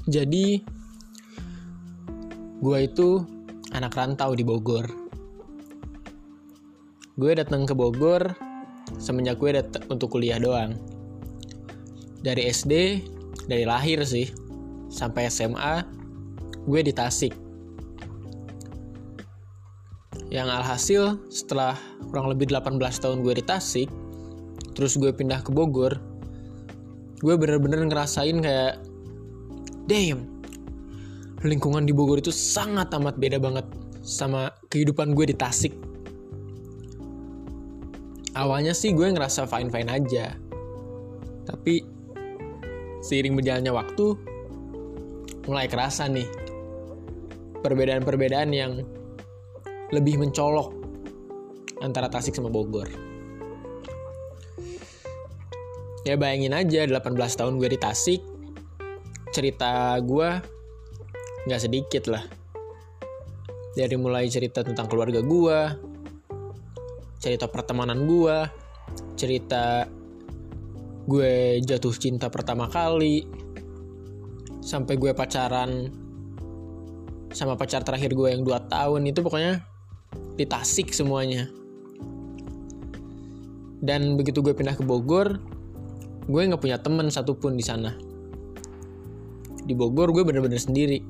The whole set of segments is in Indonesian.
Jadi gue itu anak rantau di Bogor. Gue datang ke Bogor semenjak gue datang untuk kuliah doang. Dari SD, dari lahir sih, sampai SMA, gue di Tasik. Yang alhasil setelah kurang lebih 18 tahun gue di Tasik, terus gue pindah ke Bogor, gue bener-bener ngerasain kayak, damn, lingkungan di Bogor itu sangat amat beda banget sama kehidupan gue di Tasik. Awalnya sih gue ngerasa fine-fine aja, tapi seiring berjalannya waktu, mulai kerasa nih perbedaan-perbedaan yang lebih mencolok antara Tasik sama Bogor. Ya bayangin aja 18 tahun gue di Tasik, cerita gue gak sedikit lah. Dari mulai cerita tentang keluarga gue, cerita pertemanan gue, cerita gue jatuh cinta pertama kali, sampai gue pacaran sama pacar terakhir gue yang 2 tahun, itu pokoknya di Tasik semuanya. Dan begitu gue pindah ke Bogor, gue gak punya teman satupun di sana. Di Bogor gue bener-bener sendiri.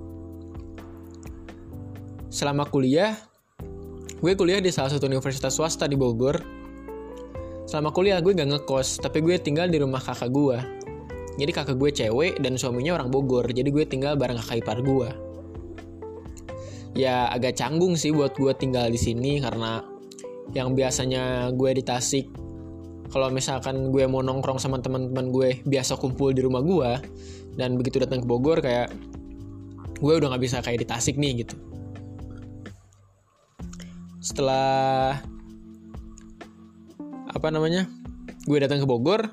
Selama kuliah, gue kuliah di salah satu universitas swasta di Bogor. Selama kuliah gue gak ngekos, tapi gue tinggal di rumah kakak gue. Jadi kakak gue cewek dan suaminya orang Bogor, jadi gue tinggal bareng kakak ipar gue. Ya agak canggung sih buat gue tinggal di sini, karena yang biasanya gue di Tasik, kalau misalkan gue mau nongkrong sama teman-teman gue biasa kumpul di rumah gue, dan begitu datang ke Bogor kayak gue udah gak bisa kayak di Tasik nih gitu. Setelah gue datang ke Bogor,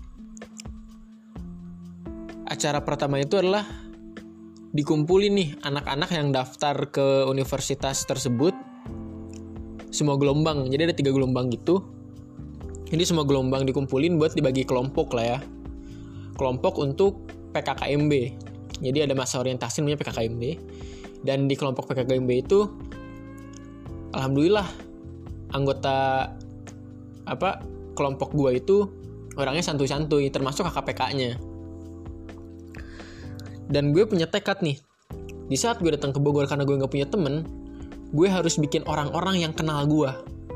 acara pertama itu adalah dikumpulin nih anak-anak yang daftar ke universitas tersebut, semua gelombang. Jadi ada 3 gelombang gitu. Jadi semua gelombang dikumpulin buat dibagi kelompok lah ya. Kelompok untuk PKKMB. Jadi ada masa orientasi namanya PKKMB. Dan di kelompok PKKMB itu, alhamdulillah anggota kelompok gue itu orangnya santuy-santuy, termasuk KKPK-nya. Dan gue punya tekad nih, di saat gue datang ke Bogor karena gue gak punya temen, gue harus bikin orang-orang yang kenal gue.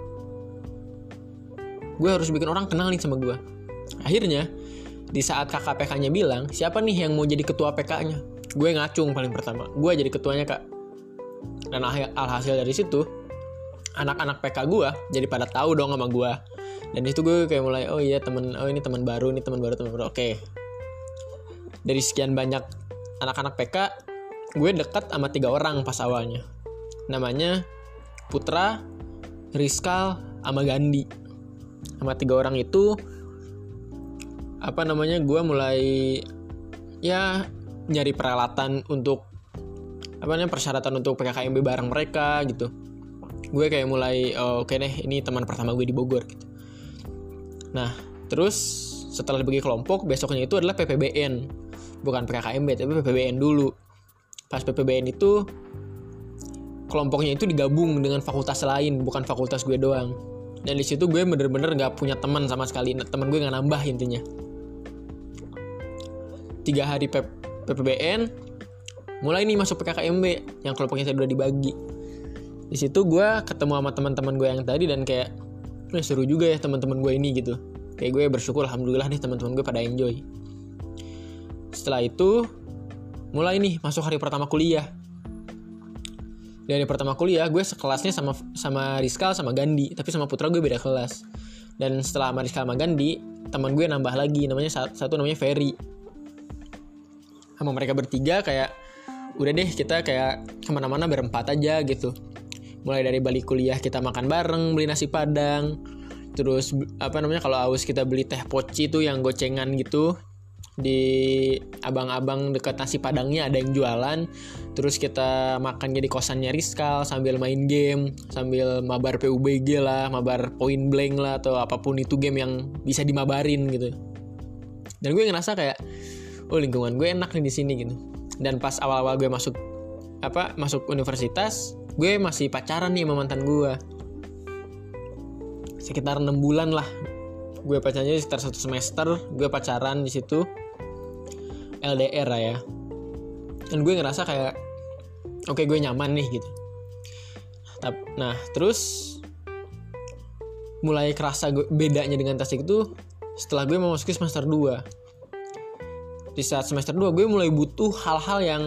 Gue harus bikin orang kenal nih sama gue. Akhirnya, di saat KKPK-nya bilang, siapa nih yang mau jadi ketua PK-nya? Gue ngacung paling pertama, gue jadi ketuanya kak. Dan alhasil dari situ, anak-anak PK gue jadi pada tahu dong sama gue. Dan itu gue kayak mulai, ini teman baru, oke. Dari sekian banyak anak-anak PK, gue dekat sama 3 orang pas awalnya. Namanya Putra, Rizkal, sama Gandhi. Sama 3 orang itu, gue mulai ya nyari peralatan untuk persyaratan untuk PKKMB bareng mereka gitu. Gue kayak mulai oke deh, ini teman pertama gue di Bogor gitu. Nah, terus setelah dibagi kelompok, besoknya itu adalah PPBN. Bukan PKKMB, tapi PPBN dulu. Pas PPBN itu, kelompoknya itu digabung dengan fakultas lain, bukan fakultas gue doang. Dan di situ gue bener-bener gak punya teman sama sekali. Teman gue gak nambah intinya. 3 hari PPBN, mulai nih masuk PKKMB yang kelompoknya tadi udah dibagi. Di situ gue ketemu sama teman-teman gue yang tadi dan kayak seru juga ya teman-teman gue ini gitu. Kayak gue bersyukur, alhamdulillah nih teman-teman gue pada enjoy. Setelah itu mulai nih masuk hari pertama kuliah. Di hari pertama kuliah gue sekelasnya sama Rizkal sama Gandhi, tapi sama Putra gue beda kelas. Dan setelah sama Rizkal sama Gandhi, teman gue nambah lagi, namanya satu namanya Ferry. Sama mereka bertiga kayak udah deh kita kayak kemana-mana berempat aja gitu. Mulai dari balik kuliah kita makan bareng, beli nasi padang. Terus kalau aus kita beli teh poci tuh yang gocengan gitu. Di abang-abang dekat nasi padangnya ada yang jualan. Terus kita makan di kosannya Rizkal sambil main game, sambil mabar PUBG lah, mabar Point Blank lah, atau apapun itu game yang bisa dimabarin gitu. Dan gue ngerasa kayak lingkungan gue enak nih di sini gitu. Dan pas awal-awal gue masuk universitas, gue masih pacaran nih sama mantan gue. Sekitar 6 bulan lah. Gue pacarnya sekitar 1 semester, gue pacaran di situ. LDR lah ya. Dan gue ngerasa kayak oke, gue nyaman nih gitu. Nah, terus mulai kerasa bedanya dengan Tasik itu setelah gue memasuki semester 2. Di saat semester 2 gue mulai butuh hal-hal yang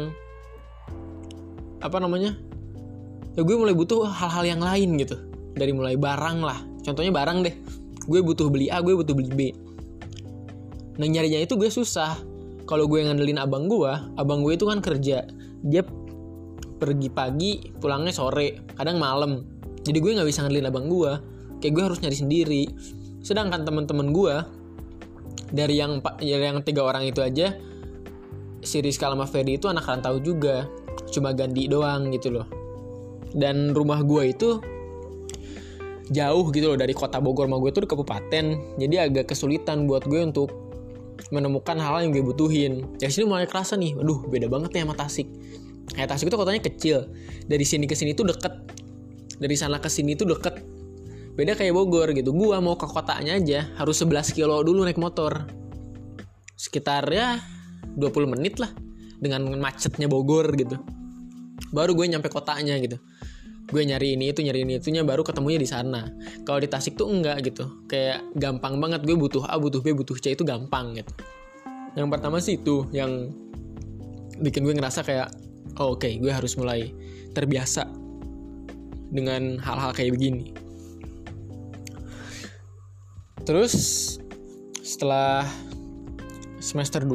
gue mulai butuh hal-hal yang lain gitu. Dari mulai barang lah. Contohnya barang deh. Gue butuh beli A, gue butuh beli B. Nah, nyarinya itu gue susah. Kalau gue ngandelin abang gue itu kan kerja. Dia pergi pagi, pulangnya sore, kadang malam. Jadi gue nggak bisa ngandelin abang gue. Kayak gue harus nyari sendiri. Sedangkan teman-teman gue dari yang 3 orang itu aja, si Rizka sama Ferdi itu anak rantau juga, cuma ganti doang gitu loh. Dan rumah gue itu jauh gitu loh dari kota Bogor, rumah gue tuh di kabupaten. Jadi agak kesulitan buat gue untuk menemukan hal yang gue butuhin. Dari sini mulai kerasa nih, aduh beda banget nih sama Tasik. Kayak Tasik itu kotanya kecil, dari sini ke sini tuh deket, dari sana ke sini tuh deket. Beda kayak Bogor gitu, gua mau ke kotanya aja harus 11 kilo dulu naik motor. Sekitar ya 20 menit lah dengan macetnya Bogor gitu. Baru gue nyampe kotanya gitu. Gue nyari ini itunya baru ketemunya di sana. Kalau di Tasik tuh enggak gitu. Kayak gampang banget, gue butuh A, butuh B, butuh C itu gampang gitu. Yang pertama sih itu yang bikin gue ngerasa kayak oke, gue harus mulai terbiasa dengan hal-hal kayak begini. Terus setelah semester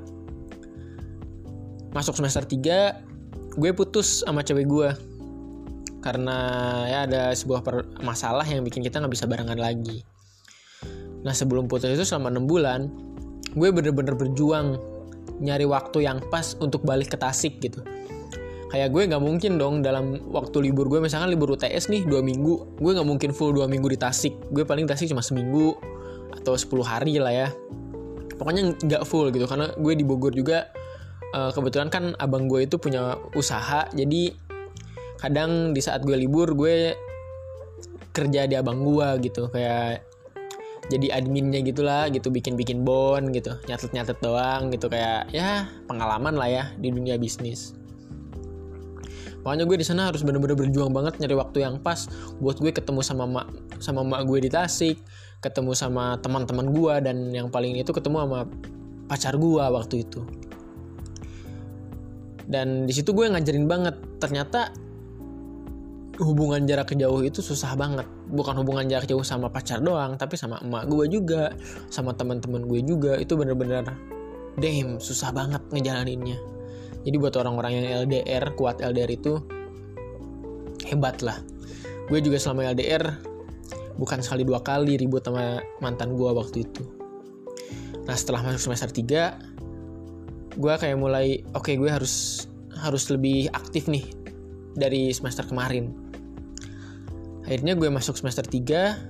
2 masuk semester 3, gue putus sama cewek gue. Karena ya ada sebuah masalah yang bikin kita gak bisa barengan lagi. Nah, sebelum putus itu selama 6 bulan, gue bener-bener berjuang nyari waktu yang pas untuk balik ke Tasik gitu. Kayak gue gak mungkin dong dalam waktu libur gue, misalkan libur UTS nih 2 minggu, gue gak mungkin full 2 minggu di Tasik. Gue paling Tasik cuma seminggu atau 10 hari lah ya. Pokoknya gak full gitu, karena gue di Bogor juga. Kebetulan kan abang gue itu punya usaha, jadi kadang di saat gue libur gue kerja di abang gue gitu, kayak jadi adminnya gitulah gitu, bikin bon gitu, nyatet doang gitu, kayak ya pengalaman lah ya di dunia bisnis. Makanya gue di sana harus bener-bener berjuang banget nyari waktu yang pas buat gue ketemu sama mak gue di Tasik, ketemu sama teman-teman gue, dan yang paling itu ketemu sama pacar gue waktu itu. Dan di situ gue ngajarin banget ternyata hubungan jarak jauh itu susah banget. Bukan hubungan jarak jauh sama pacar doang, tapi sama emak gue juga, sama teman-teman gue juga. Itu bener-bener damn susah banget ngejalaninnya. Jadi buat orang-orang yang LDR, kuat LDR itu hebat lah. Gue juga selama LDR bukan sekali 2 kali ribut sama mantan gue waktu itu. Nah, setelah masuk semester 3, gue kayak mulai oke, gue harus lebih aktif nih dari semester kemarin. Akhirnya gue masuk semester 3,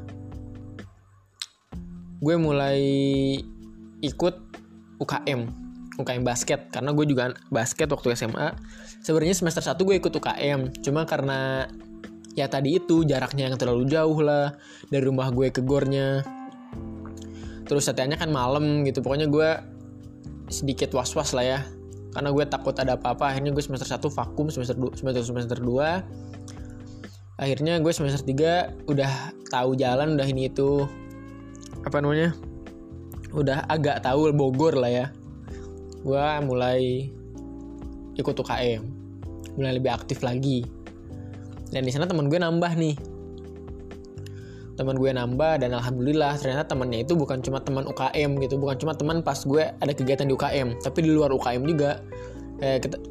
gue mulai ikut UKM basket, karena gue juga basket waktu SMA. Sebenarnya semester 1 gue ikut UKM, cuma karena ya tadi itu jaraknya yang terlalu jauh lah dari rumah gue ke gornya. Terus latihannya kan malam gitu. Pokoknya gue sedikit was-was lah ya, karena gue takut ada apa-apa. Akhirnya gue semester 1 vakum, semester 2 akhirnya gue semester 3 udah tahu jalan, udah ini itu udah agak tahu Bogor lah ya. Gue mulai ikut UKM, mulai lebih aktif lagi. Dan di sana teman gue nambah dan alhamdulillah ternyata temannya itu bukan cuma teman UKM gitu, bukan cuma teman pas gue ada kegiatan di UKM, tapi di luar UKM juga. Kayak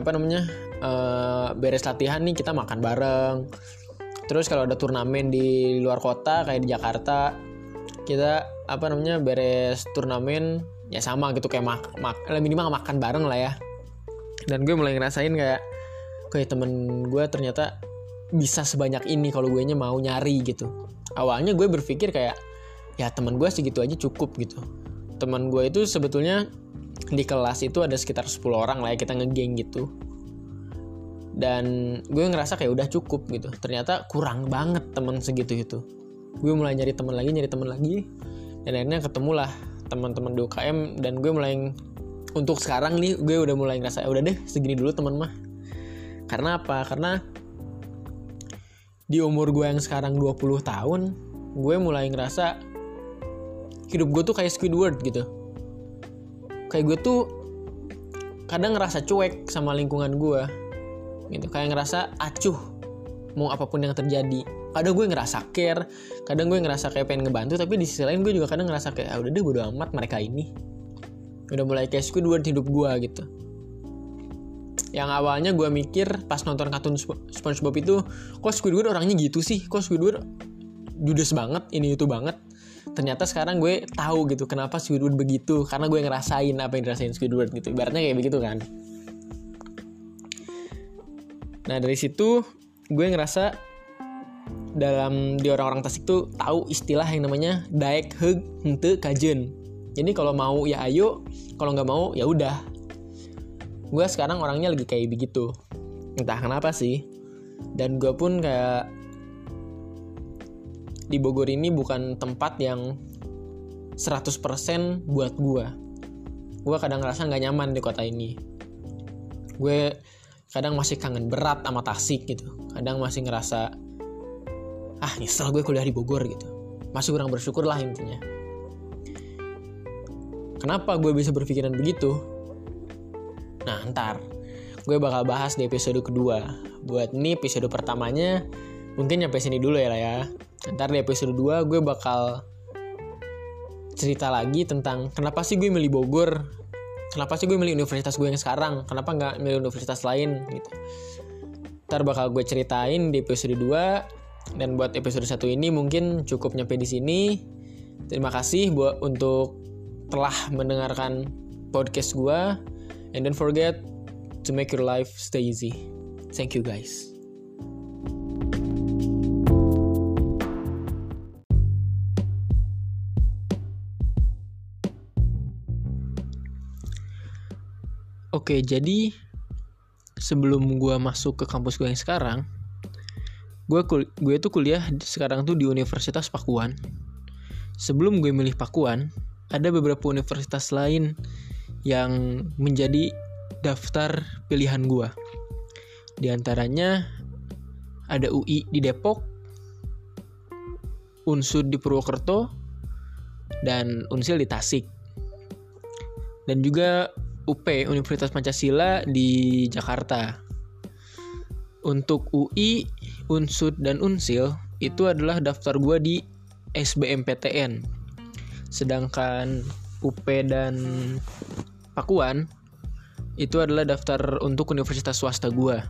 beres latihan nih kita makan bareng. Terus kalau ada turnamen di luar kota kayak di Jakarta, kita beres turnamen ya sama gitu, kayak minimal makan bareng lah ya. Dan gue mulai ngerasain kayak temen gue ternyata bisa sebanyak ini kalau gue mau nyari gitu. Awalnya gue berpikir kayak ya temen gue segitu aja cukup gitu. Temen gue itu sebetulnya di kelas itu ada sekitar 10 orang lah ya, kita ngegeng gitu. Dan gue ngerasa kayak udah cukup gitu. Ternyata kurang banget teman segitu itu. Gue mulai nyari teman lagi. Dan akhirnya ketemulah teman-teman di UKM. Dan gue mulai, untuk sekarang nih, gue udah mulai ngerasa udah deh segini dulu teman mah. Karena apa? Karena di umur gue yang sekarang 20 tahun, gue mulai ngerasa hidup gue tuh kayak Squidward gitu. Kayak gue tuh kadang ngerasa cuek sama lingkungan gue gitu, kayak ngerasa acuh mau apapun yang terjadi. Kadang gue ngerasa care, kadang gue ngerasa kayak pengen ngebantu, tapi di sisi lain gue juga kadang ngerasa kayak udah deh bodo amat mereka ini. Udah mulai kayak Squidward hidup gue gitu. Yang awalnya gue mikir pas nonton kartun SpongeBob itu, kok Squidward orangnya gitu sih, kok Squidward judes banget, ini itu banget. Ternyata sekarang gue tahu gitu kenapa Squidward begitu, karena gue ngerasain apa yang dirasain Squidward gitu. Ibaratnya kayak begitu kan. Nah dari situ gue ngerasa di orang-orang Tasik tuh tahu istilah yang namanya daek heug henteu kajen. Jadi kalau mau ya ayo, kalau nggak mau ya udah. Gue sekarang orangnya lagi kayak begitu, entah kenapa sih. Dan gue pun kayak di Bogor ini bukan tempat yang 100% buat gue. Gue kadang ngerasa nggak nyaman di kota ini. Gue kadang masih kangen berat sama Tasik gitu. Kadang masih ngerasa nyesel gue kuliah di Bogor gitu. Masih kurang bersyukur lah intinya. Kenapa gue bisa berpikiran begitu? Nah ntar gue bakal bahas di episode kedua. Buat ini episode pertamanya mungkin nyampe sini dulu ya lah ya. Ntar di episode 2 gue bakal cerita lagi tentang kenapa sih gue milih Bogor. Kenapa sih gue milih universitas gue yang sekarang? Kenapa nggak milih universitas lain gitu? Ntar bakal gue ceritain di episode 2. Dan buat episode 1 ini mungkin cukup nyampe di sini. Terima kasih untuk telah mendengarkan podcast gue. And don't forget to make your life stay easy. Thank you guys. Oke, jadi sebelum gue masuk ke kampus gue yang sekarang, gue tuh kuliah sekarang tuh di Universitas Pakuan. Sebelum gue milih Pakuan, ada beberapa universitas lain yang menjadi daftar pilihan gue. Di antaranya ada UI di Depok, Unsud di Purwokerto, dan Unsil di Tasik. Dan juga UP, Universitas Pancasila di Jakarta. Untuk UI, Unsud, dan Unsil itu adalah daftar gue di SBMPTN. Sedangkan UP dan Pakuan itu adalah daftar untuk universitas swasta gue.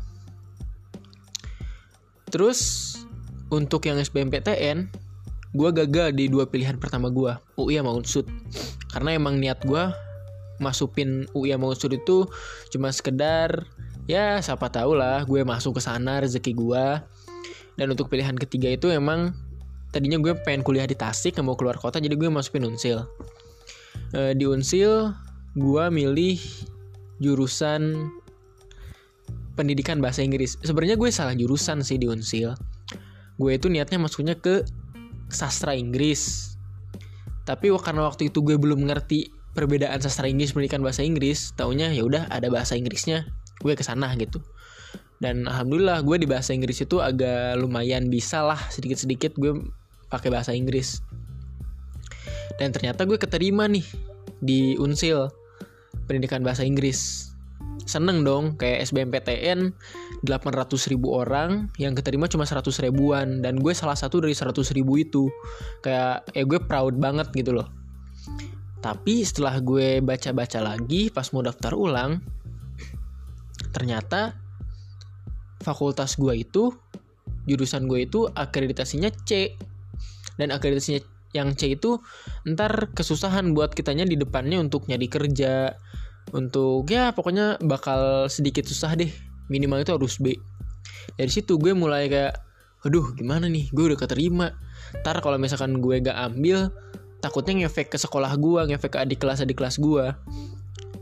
Terus untuk yang SBMPTN, gue gagal di 2 pilihan pertama gue, UI sama Unsud. Karena emang niat gue masukin UI sama Unsud itu cuma sekedar ya siapa tahu lah gue masuk ke sana rezeki gue. Dan untuk pilihan ketiga itu emang tadinya gue pengen kuliah di Tasik, gak mau keluar kota, jadi gue masukin Unsil. Di Unsil gue milih jurusan pendidikan bahasa Inggris. Sebenarnya gue salah jurusan sih di Unsil. Gue itu niatnya masuknya ke sastra Inggris. Tapi karena waktu itu gue belum ngerti perbedaan sastra Inggris pendidikan bahasa Inggris, taunya ya udah ada bahasa Inggrisnya, gue kesana gitu. Dan alhamdulillah gue di bahasa Inggris itu agak lumayan bisa lah, sedikit-sedikit gue pakai bahasa Inggris. Dan ternyata gue keterima nih di Unsil pendidikan bahasa Inggris. Seneng dong, kayak SBMPTN 800.000 orang, yang keterima cuma 100 ribuan, dan gue salah satu dari 100.000 itu. Kayak gue proud banget gitu loh. Tapi setelah gue baca-baca lagi pas mau daftar ulang, ternyata fakultas gue itu, jurusan gue itu akreditasinya C. Dan akreditasinya yang C itu ntar kesusahan buat kitanya di depannya untuk nyari kerja, untuk ya pokoknya bakal sedikit susah deh. Minimal itu harus B. Dari situ gue mulai kayak, aduh gimana nih, gue udah keterima. Ntar kalau misalkan gue gak ambil, takutnya ngefek ke sekolah gue, ngefek ke adik kelas gue.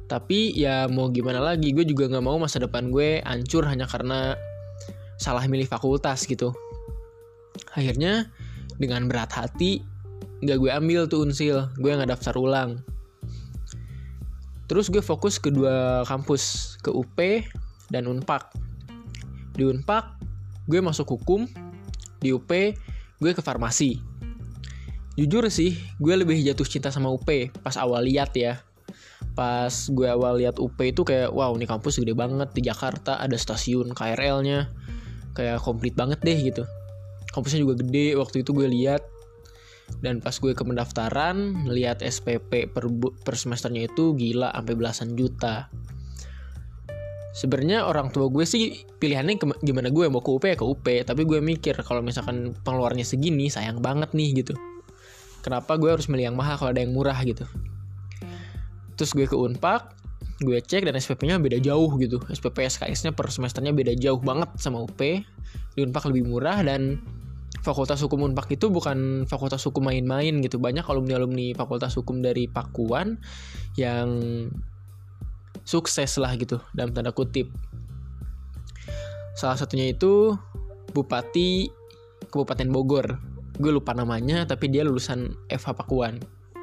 Tapi ya mau gimana lagi, gue juga gak mau masa depan gue hancur hanya karena salah milih fakultas gitu. Akhirnya dengan berat hati gak gue ambil tuh Unsil, gue gak daftar ulang. Terus gue fokus ke 2 kampus, ke UP dan Unpad. Di Unpad gue masuk hukum, di UP gue ke farmasi. Jujur sih, gue lebih jatuh cinta sama UP pas awal lihat ya. Pas gue awal lihat UP itu kayak wow, ini kampus gede banget di Jakarta, ada stasiun KRL-nya, kayak komplit banget deh gitu. Kampusnya juga gede waktu itu gue lihat. Dan pas gue ke pendaftaran, lihat SPP per semesternya itu gila sampai belasan juta. Sebenarnya orang tua gue sih pilihannya gimana, gue mau ke UP ya ke UP, tapi gue mikir kalau misalkan pengeluarannya segini sayang banget nih gitu. Kenapa gue harus milih yang mahal kalau ada yang murah gitu. Terus gue ke Unpad, gue cek dan SPP-nya beda jauh gitu. SPP SKS-nya per semesternya beda jauh banget sama UP. Di Unpad lebih murah dan Fakultas Hukum Unpad itu bukan fakultas hukum main-main gitu. Banyak alumni-alumni Fakultas Hukum dari Pakuan yang sukses lah gitu dalam tanda kutip. Salah satunya itu Bupati Kabupaten Bogor. Gue lupa namanya tapi dia lulusan FH Pakuan.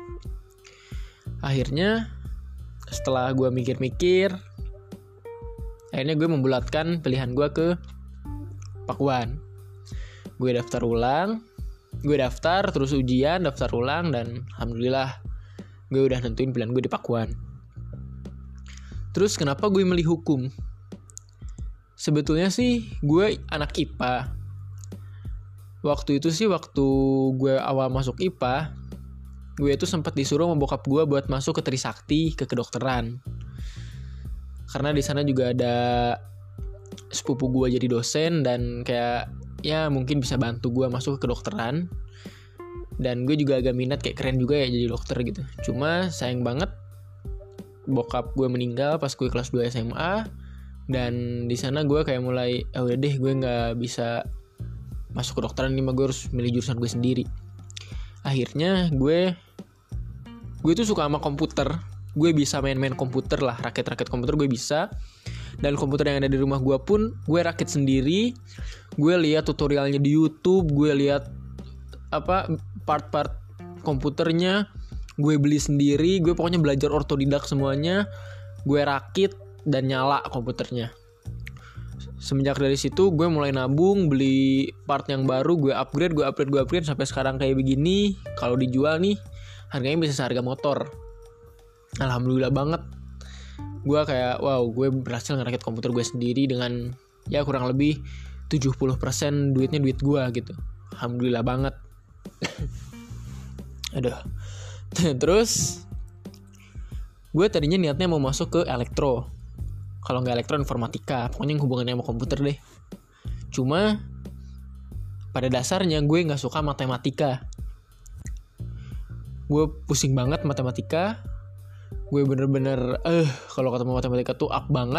Akhirnya setelah gue mikir-mikir, akhirnya gue membulatkan pilihan gue ke Pakuan. Gue daftar ulang, gue daftar terus ujian, daftar ulang, dan alhamdulillah gue udah nentuin pilihan gue di Pakuan. Terus kenapa gue milih hukum? Sebetulnya sih gue anak IPA. Waktu itu sih waktu gue awal masuk IPA, gue itu sempat disuruh sama bokap gue buat masuk ke Trisakti, ke kedokteran. Karena di sana juga ada sepupu gue jadi dosen dan kayak ya mungkin bisa bantu gue masuk ke kedokteran. Dan gue juga agak minat, kayak keren juga ya jadi dokter gitu. Cuma sayang banget bokap gue meninggal pas gue kelas 2 SMA. Dan di sana gue kayak mulai udah deh, gue nggak bisa masuk ke kedokteran, ini mah gue harus milih jurusan gue sendiri. Akhirnya gue tuh suka sama komputer. Gue bisa main-main komputer lah, rakit-rakit komputer gue bisa. Dan komputer yang ada di rumah gue pun gue rakit sendiri. Gue lihat tutorialnya di YouTube, gue lihat part-part komputernya, gue beli sendiri. Gue pokoknya belajar otodidak semuanya. Gue rakit dan nyala komputernya. Semenjak dari situ gue mulai nabung, beli part yang baru, gue upgrade sampai sekarang kayak begini. Kalau dijual nih harganya bisa seharga motor. Alhamdulillah banget. Gue kayak wow, gue berhasil ngerakit komputer gue sendiri dengan ya kurang lebih 70% duitnya duit gue gitu. Alhamdulillah banget. Aduh. Terus gue tadinya niatnya mau masuk ke elektro. Kalau nggak elektro, informatika, pokoknya yang hubungannya sama komputer deh. Cuma pada dasarnya gue nggak suka matematika. Gue pusing banget matematika. Gue bener-bener kalau ketemu matematika tuh up banget.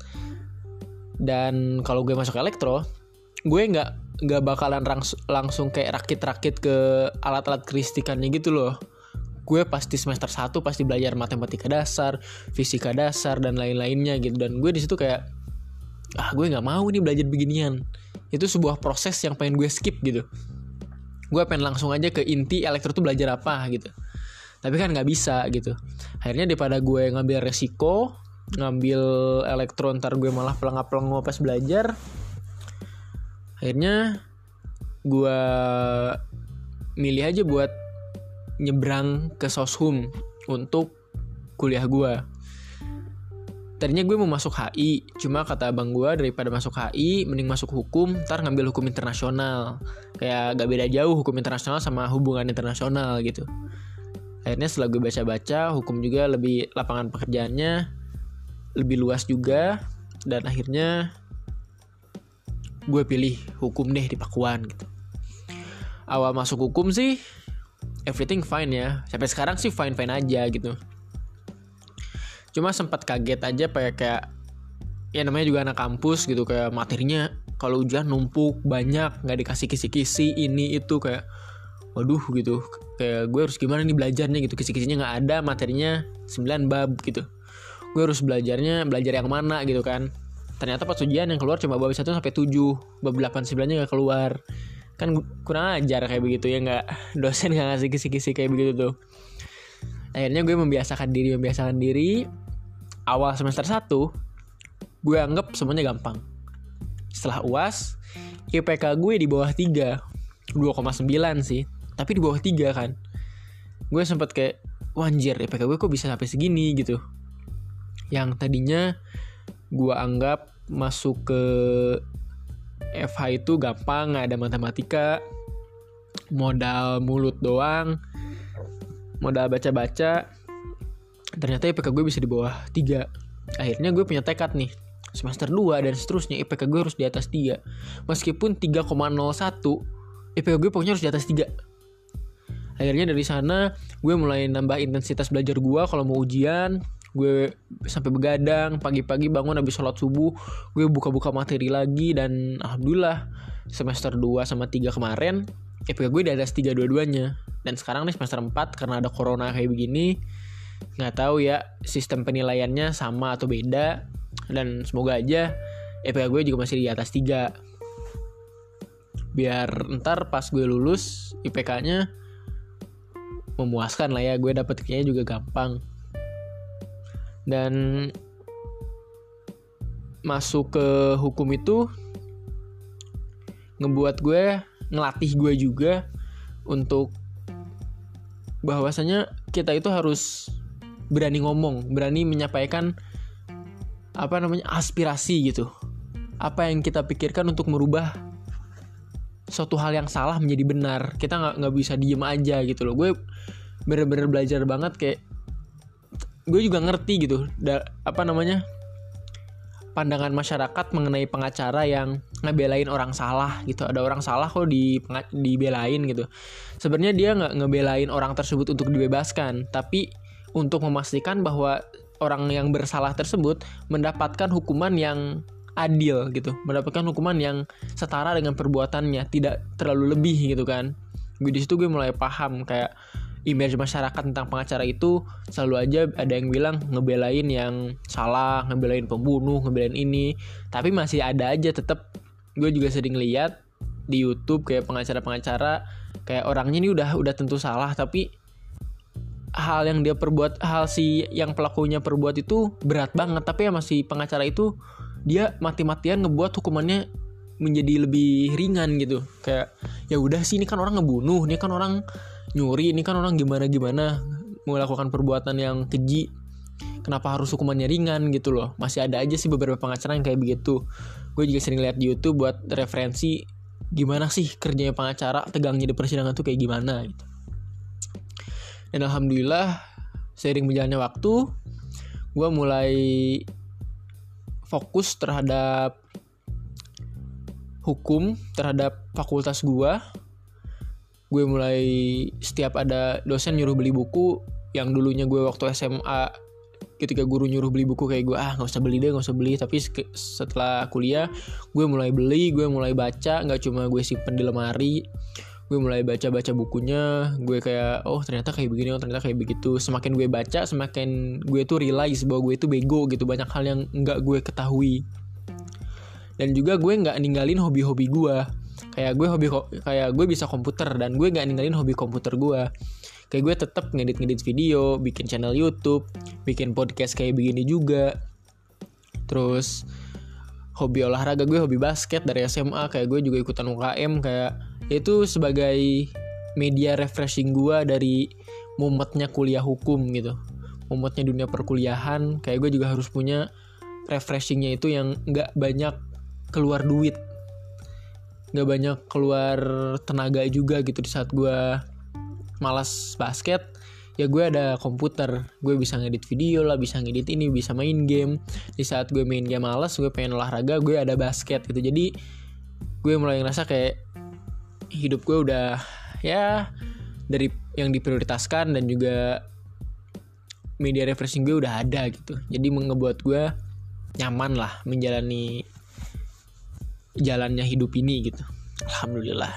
Dan kalau gue masuk elektro, gue nggak bakalan langsung kayak rakit-rakit ke alat-alat kelistrikannya gitu loh. Gue pasti semester 1 pasti belajar matematika dasar, fisika dasar, dan lain-lainnya gitu. Dan gue di situ kayak gue nggak mau nih belajar beginian. Itu sebuah proses yang pengen gue skip gitu. Gue pengen langsung aja ke inti elektro tuh belajar apa gitu. Tapi kan nggak bisa gitu. Akhirnya daripada gue ngambil resiko, ngambil elektro ntar gue malah pelengap-pelengap pas belajar. Akhirnya gue milih aja buat nyebrang ke Soshum untuk kuliah gue. Tadinya gue mau masuk HI, cuma kata abang gue daripada masuk HI mending masuk hukum, ntar ngambil hukum internasional. Kayak gak beda jauh hukum internasional sama hubungan internasional gitu. Akhirnya setelah gue baca-baca, hukum juga lebih lapangan pekerjaannya lebih luas juga. Dan akhirnya gue pilih hukum deh di Pakuan gitu. Awal masuk hukum sih everything fine ya. Sampai sekarang sih fine-fine aja gitu. Cuma sempat kaget aja kayak ya namanya juga anak kampus gitu, kayak materinya kalau ujian numpuk banyak, nggak dikasih kisi-kisi ini itu, kayak waduh gitu. Kayak gue harus gimana nih belajarnya gitu, kisi-kisinya nggak ada, materinya 9 bab gitu. gue harus belajar yang mana gitu kan. Ternyata pas ujian yang keluar cuma bab 1 sampai 7, bab 8 9-nya gak keluar. Kan kurang ajar kayak begitu ya, nggak, dosen nggak ngasih kisi-kisi kayak begitu tuh. Akhirnya gue membiasakan diri. Awal semester 1 gue anggap semuanya gampang. Setelah UAS, IPK gue di bawah 3, 2,9 sih, tapi di bawah 3 kan. Gue sempet kayak, wanjir, IPK gue kok bisa sampai segini gitu. Yang tadinya gue anggap masuk ke FH itu gampang, gak ada matematika, modal mulut doang, modal baca-baca. Ternyata IPK gue bisa di bawah 3. Akhirnya gue punya tekad nih, semester 2 dan seterusnya IPK gue harus di atas 3. Meskipun 3,01, IPK gue pokoknya harus di atas 3. Akhirnya dari sana gue mulai nambah intensitas belajar gue. Kalau mau ujian, gue sampai begadang, pagi-pagi bangun habis sholat subuh, gue buka-buka materi lagi. Dan alhamdulillah semester 2 sama 3 kemarin IPK gue di atas 3 dua-duanya. Dan sekarang nih semester 4 karena ada corona kayak begini, gak tahu ya sistem penilaiannya sama atau beda. Dan semoga aja IPK gue juga masih di atas 3, biar ntar pas gue lulus IPK-nya memuaskan lah ya, gue dapet kayaknya juga gampang. Dan masuk ke hukum itu ngelatih gue juga untuk bahwasanya kita itu harus berani ngomong, berani menyampaikan aspirasi gitu. Apa yang kita pikirkan untuk merubah suatu hal yang salah menjadi benar. Kita nggak bisa diem aja gitu loh. Gue bener-bener belajar banget, kayak gue juga ngerti gitu pandangan masyarakat mengenai pengacara yang ngebelain orang salah gitu. Ada orang salah kok dibelain gitu. Sebenarnya dia nggak ngebelain orang tersebut untuk dibebaskan, tapi untuk memastikan bahwa orang yang bersalah tersebut mendapatkan hukuman yang adil gitu, mendapatkan hukuman yang setara dengan perbuatannya, tidak terlalu lebih gitu kan. Di situ gue mulai paham kayak image masyarakat tentang pengacara itu selalu aja ada yang bilang ngebelain yang salah, ngebelain pembunuh, ngebelain ini. Tapi masih ada aja tetap, gue juga sering lihat di YouTube kayak pengacara-pengacara kayak orangnya ini udah tentu salah, tapi hal yang dia perbuat, yang pelakunya perbuat itu berat banget, tapi ya masih pengacara itu dia mati-matian ngebuat hukumannya menjadi lebih ringan gitu. Kayak ya udah sih, ini kan orang ngebunuh, ini kan orang nyuri, ini kan orang gimana melakukan perbuatan yang keji, kenapa harus hukumannya ringan gitu loh. Masih ada aja sih beberapa pengacara yang kayak begitu. Gue juga sering lihat di YouTube buat referensi gimana sih kerjanya pengacara, tegangnya di persidangan tuh kayak gimana gitu. Dan alhamdulillah seiring berjalannya waktu, gue mulai fokus terhadap hukum, terhadap fakultas gue. Gue mulai setiap ada dosen nyuruh beli buku, yang dulunya gue waktu SMA ketika guru nyuruh beli buku kayak gue nggak usah beli. Tapi setelah kuliah gue mulai beli, gue mulai baca, nggak cuma gue simpen di lemari. Gue mulai baca bukunya. Gue kayak ternyata kayak begini, ternyata kayak begitu. Semakin gue baca, semakin gue tuh realize bahwa gue tuh bego gitu, banyak hal yang nggak gue ketahui. Dan juga gue nggak ninggalin hobi-hobi gue. Kayak gue bisa komputer, dan gue nggak ninggalin hobi komputer gue. Kayak gue tetap ngedit video, bikin channel YouTube, bikin podcast kayak begini juga. Terus hobi olahraga gue, hobi basket dari SMA. Kayak gue juga ikutan UKM, kayak itu sebagai media refreshing gue dari mumetnya kuliah hukum gitu, mumetnya dunia perkuliahan. Kayak gue juga harus punya refreshingnya itu yang nggak banyak keluar duit, nggak banyak keluar tenaga juga gitu. Di saat gue malas basket, ya gue ada komputer, gue bisa ngedit video lah, bisa ngedit ini, bisa main game. Di saat gue main game malas, gue pengen olahraga, gue ada basket gitu. Jadi gue mulai ngerasa kayak hidup gue udah ya dari yang diprioritaskan, dan juga media refreshing gue udah ada gitu. Jadi ngebuat gue nyaman lah menjalani jalannya hidup ini gitu. Alhamdulillah.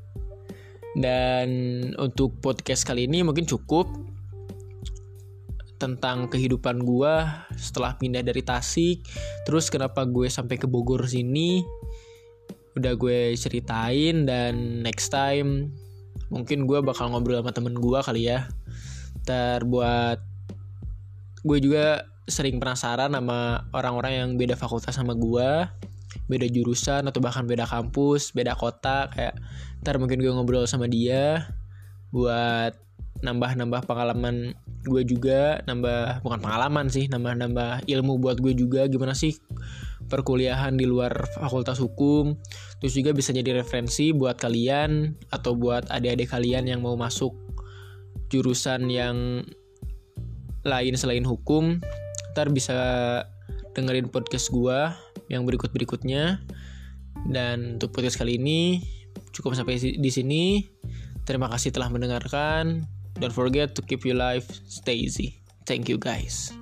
Dan untuk podcast kali ini mungkin cukup. tentang kehidupan gue setelah pindah dari Tasik, terus kenapa gue sampai ke Bogor sini, udah gue ceritain. Dan next time mungkin gue bakal ngobrol sama temen gue kali ya. Buat gue juga sering penasaran sama orang-orang yang beda fakultas sama gue, beda jurusan atau bahkan beda kampus, beda kota. Kayak ntar mungkin gue ngobrol sama dia buat nambah pengalaman gue juga, bukan pengalaman sih, nambah ilmu buat gue juga, gimana sih perkuliahan di luar fakultas hukum. Terus juga bisa jadi referensi buat kalian atau buat adik-adik kalian yang mau masuk jurusan yang lain selain hukum. Ntar bisa dengerin podcast gue yang berikutnya. Dan untuk podcast kali ini cukup sampai di sini. Terima kasih telah mendengarkan. Don't forget to keep your life stay easy. Thank you guys.